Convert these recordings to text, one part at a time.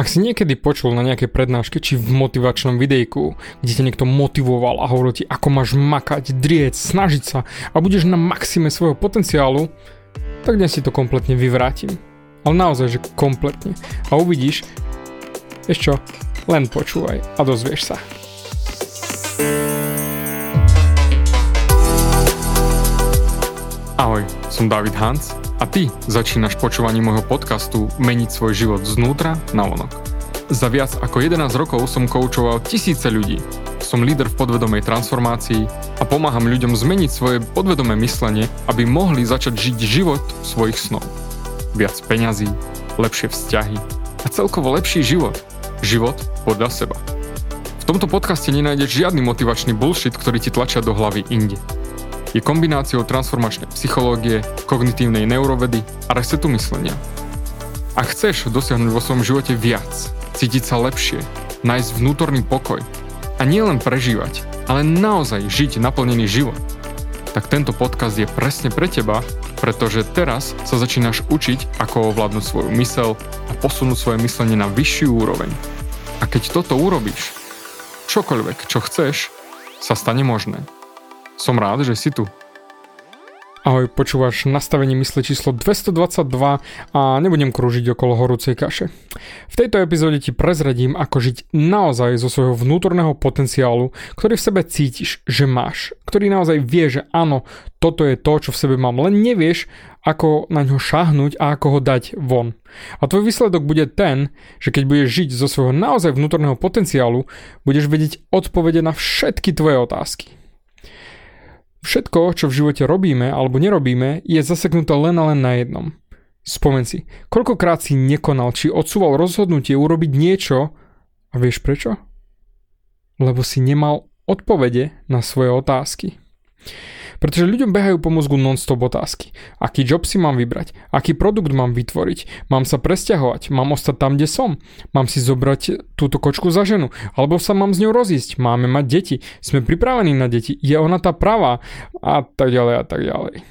Ak si niekedy počul na nejakej prednáške či v motivačnom videjku, kde ťa niekto motivoval a hovoril ti, ako máš makať, drieť, snažiť sa a budeš na maxime svojho potenciálu, tak dnes si to kompletne vyvrátim. Ale naozaj, že kompletne. A uvidíš, vieš čo, len počúvaj a dozvieš sa. Ahoj, som David Hans a ty začínaš počúvaním môjho podcastu Meniť svoj život znútra na vonok. Za viac ako 11 rokov som koučoval tisíce ľudí. Som líder v podvedomej transformácii a pomáham ľuďom zmeniť svoje podvedomé myslenie, aby mohli začať žiť život svojich snov. Viac peňazí, lepšie vzťahy a celkovo lepší život. Život podľa seba. V tomto podcaste nenájdeš žiadny motivačný bullshit, ktorý ti tlačia do hlavy inde. Je kombináciou transformačnej psychológie, kognitívnej neurovedy a resetu myslenia. Ak chceš dosiahnuť vo svojom živote viac, cítiť sa lepšie, nájsť vnútorný pokoj a nielen prežívať, ale naozaj žiť naplnený život, tak tento podcast je presne pre teba, pretože teraz sa začínaš učiť, ako ovládnuť svoju myseľ a posunúť svoje myslenie na vyššiu úroveň. A keď toto urobíš, čokoľvek, čo chceš, sa stane možné. Som rád, že si tu. Ahoj, počúvaš nastavenie mysle číslo 222 a nebudem krúžiť okolo horúcej kaše. V tejto epizóde ti prezradím, ako žiť naozaj zo svojho vnútorného potenciálu, ktorý v sebe cítiš, že máš. Ktorý naozaj vie, že áno, toto je to, čo v sebe mám, len nevieš, ako na ňo šáhnuť a ako ho dať von. A tvoj výsledok bude ten, že keď budeš žiť zo svojho naozaj vnútorného potenciálu, budeš vedieť odpovede na všetky tvoje otázky. Všetko, čo v živote robíme alebo nerobíme, je zaseknuté len a len na jednom. Spomeň si, koľkokrát si nekonal či odsúval rozhodnutie urobiť niečo a vieš prečo? Lebo si nemal odpovede na svoje otázky. Pretože ľuďom behajú po mozgu non-stop otázky. Aký job si mám vybrať? Aký produkt mám vytvoriť? Mám sa presťahovať? Mám ostať tam, kde som? Mám si zobrať túto kočku za ženu? Alebo sa mám s ňou rozísť? Máme mať deti? Sme pripravení na deti? Je ona tá pravá? A tak ďalej a tak ďalej.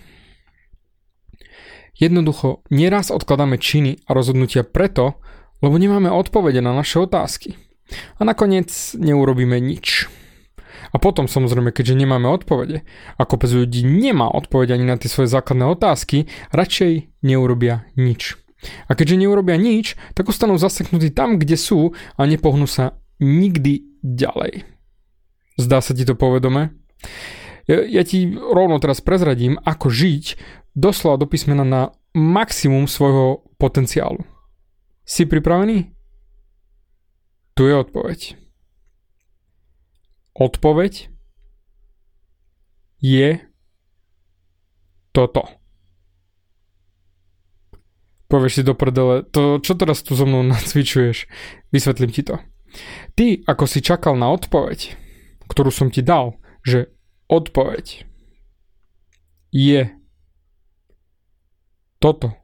Jednoducho, nieraz odkladáme činy a rozhodnutia preto, lebo nemáme odpovede na naše otázky. A nakoniec neurobíme nič. A potom samozrejme, keďže nemáme odpovede, a kopec ľudí nemá odpovede ani na tie svoje základné otázky, radšej neurobia nič. A keďže neurobia nič, tak ostanú zaseknutí tam, kde sú a nepohnú sa nikdy ďalej. Zdá sa ti to povedomé? Ja ti rovno teraz prezradím, ako žiť doslova do písmena na maximum svojho potenciálu. Si pripravený? Tu je odpoveď. Odpoveď je toto. Povieš si do prdele, to čo teraz tu so mnou nacvičuješ? Vysvetlím ti to. Ty, ako si čakal na odpoveď, ktorú som ti dal, že odpoveď je toto.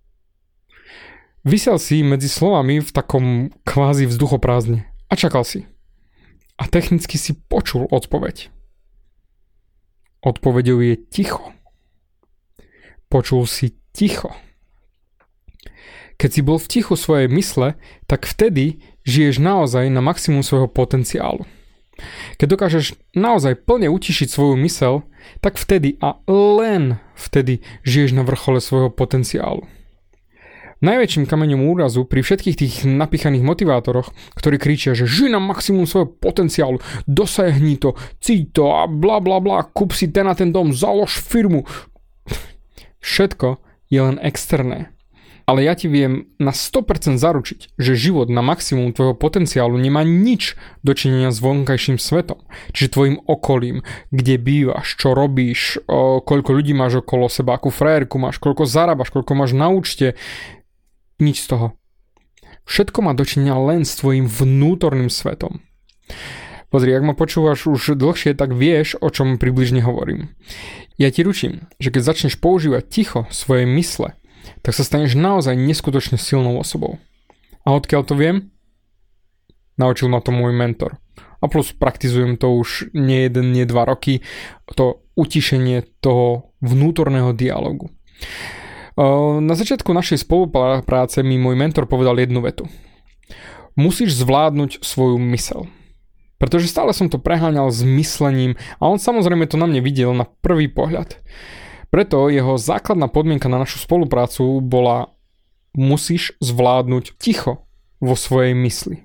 Visel si medzi slovami v takom kvázi vzduchoprázdne a čakal si. A technicky si počul odpoveď. Odpoveďou je ticho. Počul si ticho. Keď si bol v tichu svojej mysle, tak vtedy žiješ naozaj na maximum svojho potenciálu. Keď dokážeš naozaj plne utišiť svoju myseľ, tak vtedy a len vtedy žiješ na vrchole svojho potenciálu. Najväčším kameňom úrazu pri všetkých tých napíchaných motivátoroch, ktorí kričia, že žij na maximum svojho potenciálu, dosiahni to, cíť to a bla bla bla, kúp si ten a ten dom, založ firmu. Všetko je len externé. Ale ja ti viem na 100% zaručiť, že život na maximum tvojho potenciálu nemá nič dočinenia s vonkajším svetom. Čiže tvojim okolím, kde bývaš, čo robíš, koľko ľudí máš okolo seba, akú frajerku máš, koľko zarábaš, koľko máš na účte. Nič z toho. Všetko má dočinenia len s tvojim vnútorným svetom. Pozri, ak ma počúvaš už dlhšie, tak vieš, o čom približne hovorím. Ja ti ručím, že keď začneš používať ticho svojej mysle, tak sa staneš naozaj neskutočne silnou osobou. A odkiaľ to viem? Naučil ma to môj mentor. A plus praktizujem to už nie 1, nie 2 roky, to utišenie toho vnútorného dialogu. Na začiatku našej spolupráce mi môj mentor povedal jednu vetu. Musíš zvládnuť svoju myseľ. Pretože stále som to preháňal s myslením a on samozrejme to na mne videl na prvý pohľad. Preto jeho základná podmienka na našu spoluprácu bola: musíš zvládnuť ticho vo svojej mysli.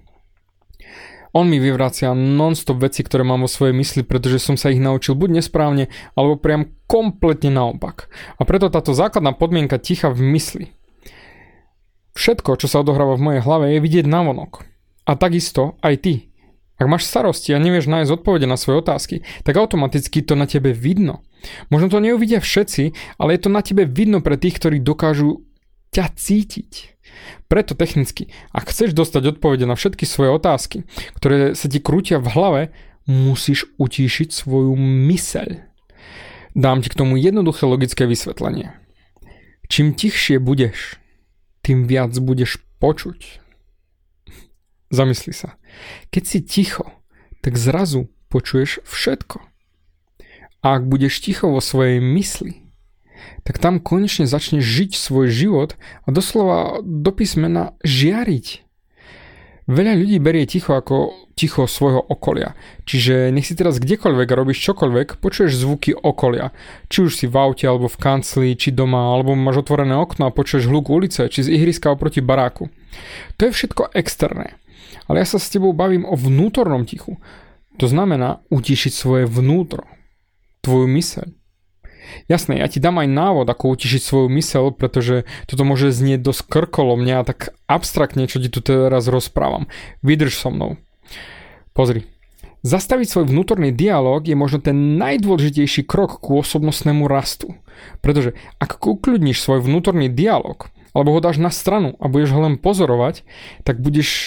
On mi vyvracia non-stop veci, ktoré mám vo svojej mysli, pretože som sa ich naučil buď nesprávne, alebo priam kompletne naopak. A preto táto základná podmienka ticha v mysli. Všetko, čo sa odohráva v mojej hlave, je vidieť navonok. A takisto aj ty. Ak máš starosti a nevieš nájsť odpovede na svoje otázky, tak automaticky to na tebe vidno. Možno to neuvidia všetci, ale je to na tebe vidno pre tých, ktorí dokážu ťa cítiť. Preto technicky, ak chceš dostať odpovede na všetky svoje otázky, ktoré sa ti krútia v hlave, musíš utíšiť svoju myseľ. Dám ti k tomu jednoduché logické vysvetlenie. Čím tichšie budeš, tým viac budeš počuť. Zamysli sa. Keď si ticho, tak zrazu počuješ všetko. A ak budeš ticho vo svojej mysli, tak tam konečne začneš žiť svoj život a doslova do písmena žiariť. Veľa ľudí berie ticho ako ticho svojho okolia. Čiže nech si teraz kdekoľvek a robíš čokoľvek, počuješ zvuky okolia. Či už si v aute, alebo v kancli, či doma, alebo máš otvorené okno a počuješ hluk ulice, či z ihriska oproti baráku. To je všetko externé. Ale ja sa s tebou bavím o vnútornom tichu. To znamená utišiť svoje vnútro. Tvoju myseľ. Jasné, ja ti dám aj návod, ako utišiť svoju myseľ, pretože toto môže znieť dosť krkolomne a tak abstraktne, čo ti tu teraz rozprávam. Vydrž so mnou. Pozri. Zastaviť svoj vnútorný dialóg je možno ten najdôležitejší krok ku osobnostnému rastu. Pretože ak ukľudníš svoj vnútorný dialóg, alebo ho dáš na stranu a budeš ho len pozorovať, tak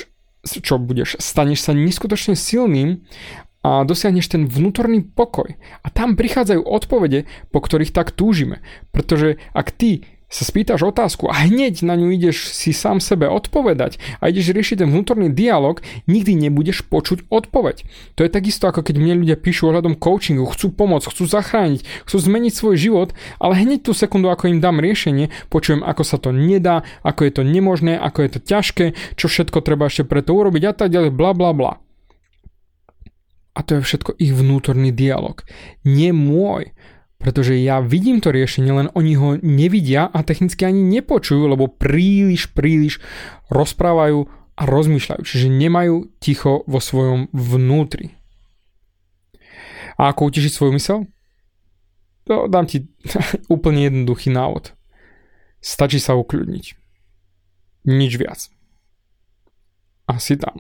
staneš sa neskutočne silným a dosiahneš ten vnútorný pokoj. A tam prichádzajú odpovede, po ktorých tak túžime. Pretože ak ty sa spýtaš otázku a hneď na ňu ideš si sám sebe odpovedať a ideš riešiť ten vnútorný dialog, nikdy nebudeš počuť odpoveď. To je takisto, ako keď mne ľudia píšu ohľadom coachingu, chcú pomôcť, chcú zachrániť, chcú zmeniť svoj život, ale hneď tú sekundu, ako im dám riešenie, počujem, ako sa to nedá, ako je to nemožné, ako je to ťažké, čo všetko treba ešte preto urobiť a tak ďalej, bla bla bla. A to je všetko ich vnútorný dialog. Nie môj. Pretože ja vidím to riešenie, len oni ho nevidia a technicky ani nepočujú, lebo príliš rozprávajú a rozmýšľajú. Čiže nemajú ticho vo svojom vnútri. A ako utišiť svoju myseľ? To dám ti úplne jednoduchý návod. Stačí sa ukľudniť. Nič viac. A si tam.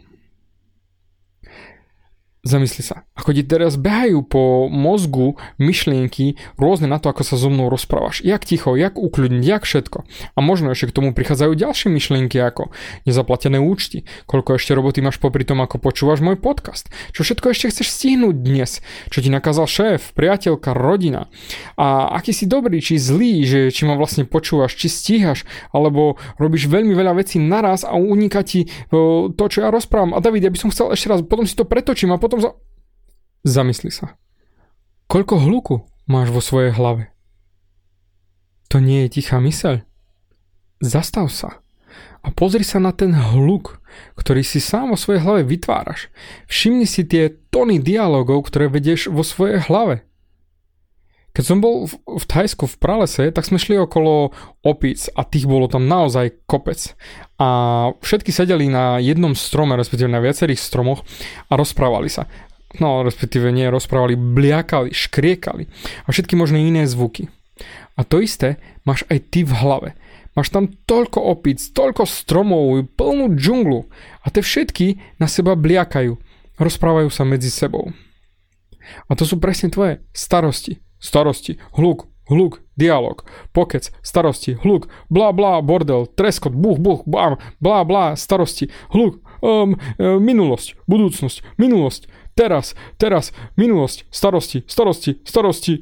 Zamysli sa, ako ti teraz behajú po mozgu myšlienky rôzne na to, ako sa so mnou rozprávaš. Jak ticho, jak ukľudniť, jak všetko. A možno ešte k tomu prichádzajú ďalšie myšlienky ako nezaplatené účty, koľko ešte roboty máš popri tom, ako počúvaš môj podcast, čo všetko ešte chceš stihnúť dnes, čo ti nakázal šéf, priateľka, rodina. A aký si dobrý, či zlý, že či ma vlastne počúvaš, či stíhaš, alebo robíš veľmi veľa vecí naraz a uniká ti to, čo ja rozprávam. A David, ja by som chcel ešte raz, potom si to pretočím a potom Zamysli sa. Koľko hluku máš vo svojej hlave? To nie je tichá myseľ. Zastav sa a pozri sa na ten hluk, ktorý si sám vo svojej hlave vytváraš. Všimni si tie tóny dialogov, ktoré vedieš vo svojej hlave. Keď som bol v Thajsku v pralese, tak sme šli okolo opíc a tých bolo tam naozaj kopec. A všetky sedeli na jednom strome, respektíve na viacerých stromoch a rozprávali sa. No, respektíve nie rozprávali, bliakali, škriekali a všetky možné iné zvuky. A to isté máš aj ty v hlave. Máš tam toľko opíc, toľko stromov, plnú džunglu a tie všetky na seba bliakajú. Rozprávajú sa medzi sebou. A to sú presne tvoje starosti, hluk, dialog, pokec, starosti, hluk, blá, blá, bordel, treskot, buch, bám, blá, blá, starosti, hluk, minulosť, budúcnosť, minulosť, teraz, minulosť, starosti.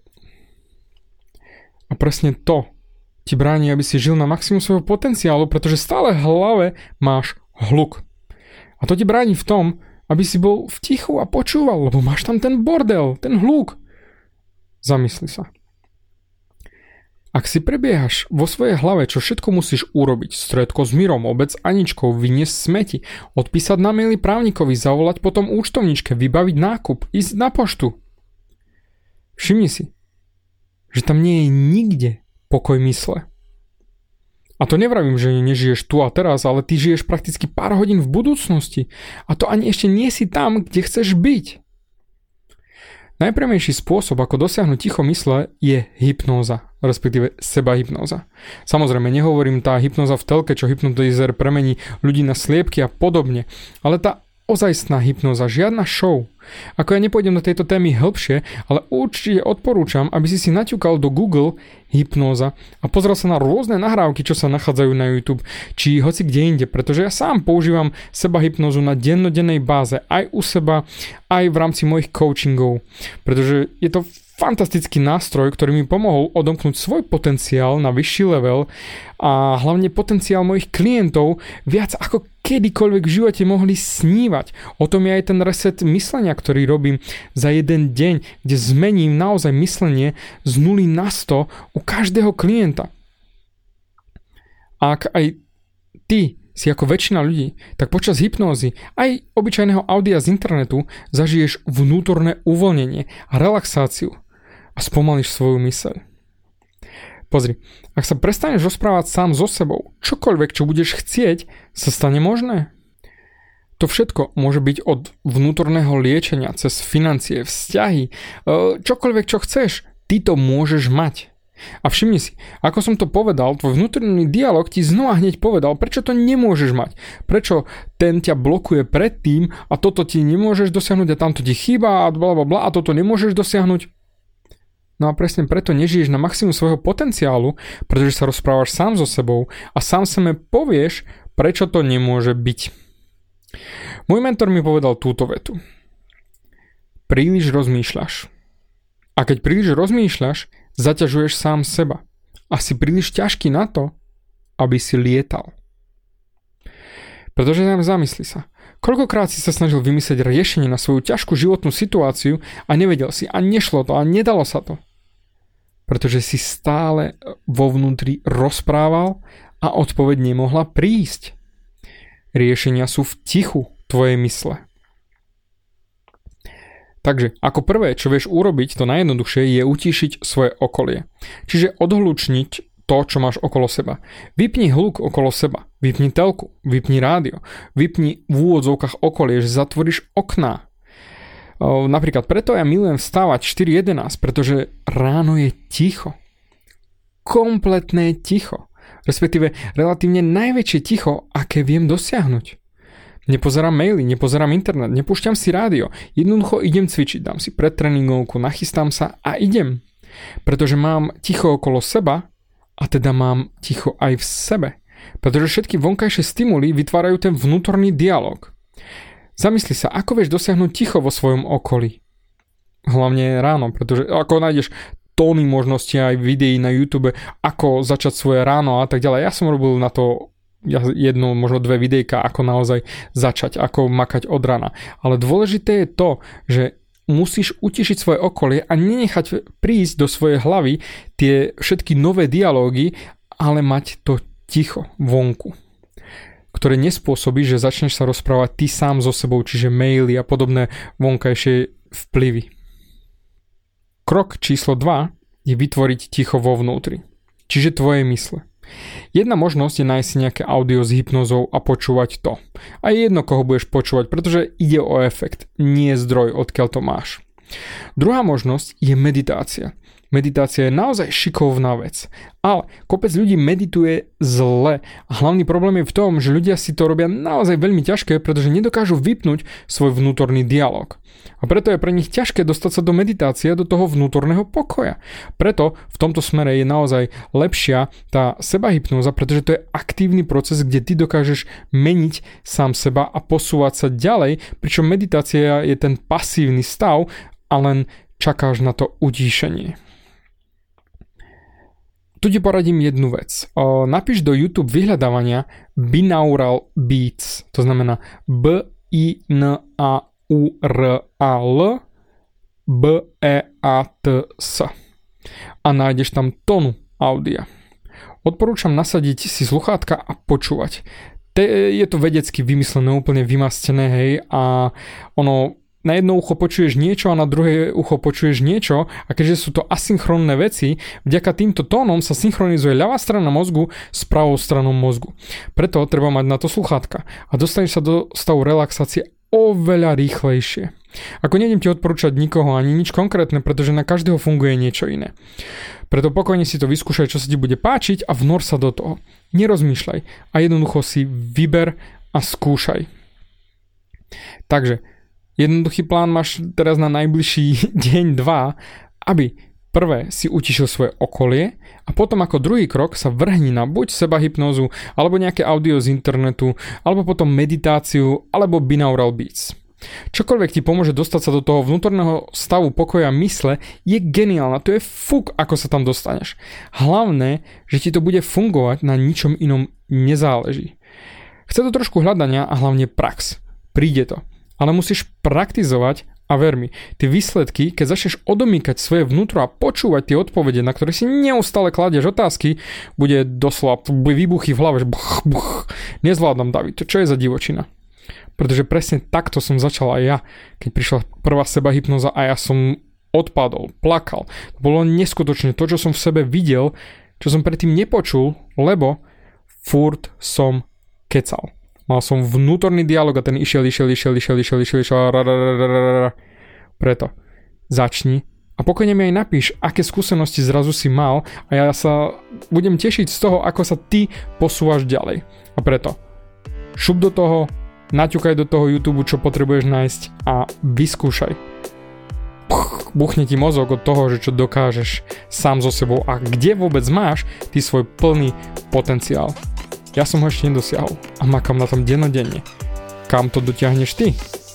A presne to ti bráni, aby si žil na maximum svojho potenciálu, pretože stále v hlave máš hluk. A to ti bráni v tom, aby si bol v tichu a počúval, lebo máš tam ten bordel, ten hluk. Zamysli sa. Ak si prebiehaš vo svojej hlave, čo všetko musíš urobiť, stretko s Mirom, obec s Aničkou, vyniesť smeti, odpísať na maily právnikovi, zavolať potom účtovničke, vybaviť nákup, ísť na poštu. Všimni si, že tam nie je nikde pokoj mysle. A to nevravím, že nežiješ tu a teraz, ale ty žiješ prakticky pár hodín v budúcnosti a to ani ešte nie si tam, kde chceš byť. Najpremejší spôsob, ako dosiahnuť ticho mysle, je hypnóza, respektíve sebahypnóza. Samozrejme, nehovorím tá hypnóza v telke, čo hypnotizer premení ľudí na sliepky a podobne, ale tá ozajstná hypnóza, žiadna show. Ako ja nepôjdem do tejto témy hĺbšie, ale určite odporúčam, aby si naťukal do Google hypnóza a pozrel sa na rôzne nahrávky, čo sa nachádzajú na YouTube, či hoci kde inde, pretože ja sám používam sebahypnózu na dennodennej báze, aj u seba, aj v rámci mojich coachingov, pretože je to fantastický nástroj, ktorý mi pomohol odomknúť svoj potenciál na vyšší level a hlavne potenciál mojich klientov viac ako kedykoľvek v živote mohli snívať. O tom je aj ten reset myslenia, ktorý robím za jeden deň, kde zmením naozaj myslenie z 0 na 100 u každého klienta. Ak aj ty si ako väčšina ľudí, tak počas hypnózy aj obyčajného audia z internetu zažiješ vnútorné uvoľnenie a relaxáciu a spomalíš svoju myseľ. Pozri, ak sa prestaneš rozprávať sám so sebou, čokoľvek, čo budeš chcieť, sa stane možné. To všetko môže byť od vnútorného liečenia cez financie, vzťahy, čokoľvek, čo chceš, ty to môžeš mať. A všimni si, ako som to povedal, tvoj vnútorný dialog ti znova hneď povedal, prečo to nemôžeš mať. Prečo ten ťa blokuje pred tým a toto ti nemôžeš dosiahnuť a tamto ti chýba a blablabla a toto nemôžeš dosiahnuť. No a presne preto nežiješ na maximum svojho potenciálu, pretože sa rozprávaš sám so sebou a sám sebe povieš, prečo to nemôže byť. Môj mentor mi povedal túto vetu. Príliš rozmýšľaš. A keď príliš rozmýšľaš, zaťažuješ sám seba. A si príliš ťažký na to, aby si lietal. Pretože zamysli sa. Koľkokrát si sa snažil vymyslieť riešenie na svoju ťažkú životnú situáciu a nevedel si a nešlo to a nedalo sa to. Pretože si stále vo vnútri rozprával a odpoveď nemohla prísť. Riešenia sú v tichu tvojej mysle. Takže ako prvé, čo vieš urobiť, to najjednoduchšie je utíšiť svoje okolie. Čiže odhlučniť to, čo máš okolo seba. Vypni hluk okolo seba, vypni telku, vypni rádio, vypni v úvodzovkách okolie, že zatvoríš okná. Napríklad preto ja milujem vstávať 4:11, pretože ráno je ticho. Kompletné ticho. Respektíve relatívne najväčšie ticho, aké viem dosiahnuť. Nepozerám maily, nepozerám internet, nepúšťam si rádio. Jednoducho idem cvičiť, dám si predtréningovku, nachystám sa a idem. Pretože mám ticho okolo seba a teda mám ticho aj v sebe. Pretože všetky vonkajšie stimuly vytvárajú ten vnútorný dialog. Zamysli sa, ako vieš dosiahnuť ticho vo svojom okolí. Hlavne ráno, pretože ako nájdeš tóny možností aj videí na YouTube, ako začať svoje ráno a tak ďalej. Ja som robil na to jedno, možno 2 videjka, ako naozaj začať, ako makať od rana. Ale dôležité je to, že musíš utišiť svoje okolie a nenechať prísť do svojej hlavy tie všetky nové dialógy, ale mať to ticho vonku, ktoré nespôsobí, že začneš sa rozprávať ty sám so sebou, čiže maily a podobné vonkajšie vplyvy. Krok číslo 2 je vytvoriť ticho vo vnútri, čiže tvoje mysle. Jedna možnosť je nájsť si nejaké audio s hypnozou a počúvať to. A je jedno, koho budeš počúvať, pretože ide o efekt, nie zdroj, odkiaľ to máš. Druhá možnosť je meditácia. Meditácia je naozaj šikovná vec. Ale kopec ľudí medituje zle. A hlavný problém je v tom, že ľudia si to robia naozaj veľmi ťažké, pretože nedokážu vypnúť svoj vnútorný dialog. A preto je pre nich ťažké dostať sa do meditácie, do toho vnútorného pokoja. Preto v tomto smere je naozaj lepšia tá sebahypnóza, pretože to je aktívny proces, kde ty dokážeš meniť sám seba a posúvať sa ďalej, pričom meditácia je ten pasívny stav a len čakáš na to utíšenie. Tu ti poradím jednu vec. Napíš do YouTube vyhľadávania binaural beats, to znamená BINAURAL BEATS a nájdeš tam tónu audia. Odporúčam nasadiť si sluchátka a počúvať. Je to vedecky vymyslené, úplne vymastené, hej, a ono na jedno ucho počuješ niečo a na druhé ucho počuješ niečo a keďže sú to asynchronné veci, vďaka týmto tónom sa synchronizuje ľavá strana mozgu s pravou stranou mozgu. Preto treba mať na to sluchátka a dostaneš sa do stavu relaxácie oveľa rýchlejšie. Ako nejdem ti odporúčať nikoho ani nič konkrétne, pretože na každého funguje niečo iné. Preto pokojne si to vyskúšaj, čo sa ti bude páčiť a vnor sa do toho. Nerozmýšľaj a jednoducho si vyber a skúšaj. Takže jednoduchý plán máš teraz na najbližší deň, 2, aby prvé si utišil svoje okolie a potom ako druhý krok sa vrhni na buď sebahypnózu, alebo nejaké audio z internetu, alebo potom meditáciu, alebo binaural beats. Čokoľvek ti pomôže dostať sa do toho vnútorného stavu pokoja mysle je geniálne, to je fuk, ako sa tam dostaneš. Hlavné, že ti to bude fungovať, na ničom inom nezáleží. Chce to trošku hľadania a hlavne prax. Príde to. Ale musíš praktizovať a ver mi, tie výsledky, keď začneš odomýkať svoje vnútro a počúvať tie odpovede, na ktoré si neustále kladieš otázky, bude doslova výbuchy v hlave, že nezvládam, David, čo je za divočina? Pretože presne takto som začal aj ja, keď prišla prvá sebahypnoza a ja som odpadol, plakal. To bolo neskutočné, to, čo som v sebe videl, čo som predtým nepočul, lebo furt som kecal. Mal som vnútorný dialog a ten išiel. Preto začni a pokojne mi aj napíš, aké skúsenosti zrazu si mal a ja sa budem tešiť z toho, ako sa ty posúvaš ďalej. A preto šup do toho, naťukaj do toho YouTube, čo potrebuješ nájsť a vyskúšaj. Buchne ti mozog od toho, že čo dokážeš sám so sebou a kde vôbec máš ty svoj plný potenciál. Ja som ho ešte nedosiahol a makám na tom dennodenne. Kam to dotiahneš ty?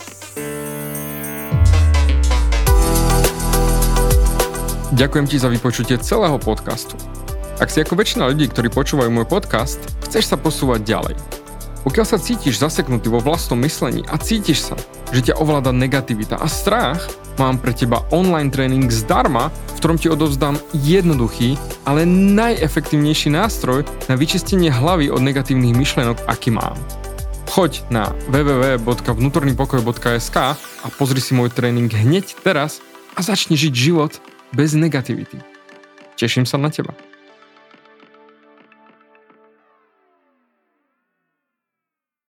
Ďakujem ti za vypočutie celého podcastu. Ak si ako väčšina ľudí, ktorí počúvajú môj podcast, chceš sa posúvať ďalej. Pokiaľ sa cítiš zaseknutý vo vlastnom myslení a cítiš sa, že ťa ovláda negativita a strach, mám pre teba online tréning zdarma, v ktorom ti odovzdám jednoduchý, ale najefektívnejší nástroj na vyčistenie hlavy od negatívnych myšlienok, aký mám. Choď na www.vnutornypokoj.sk a pozri si môj tréning hneď teraz a začni žiť život bez negativity. Teším sa na teba.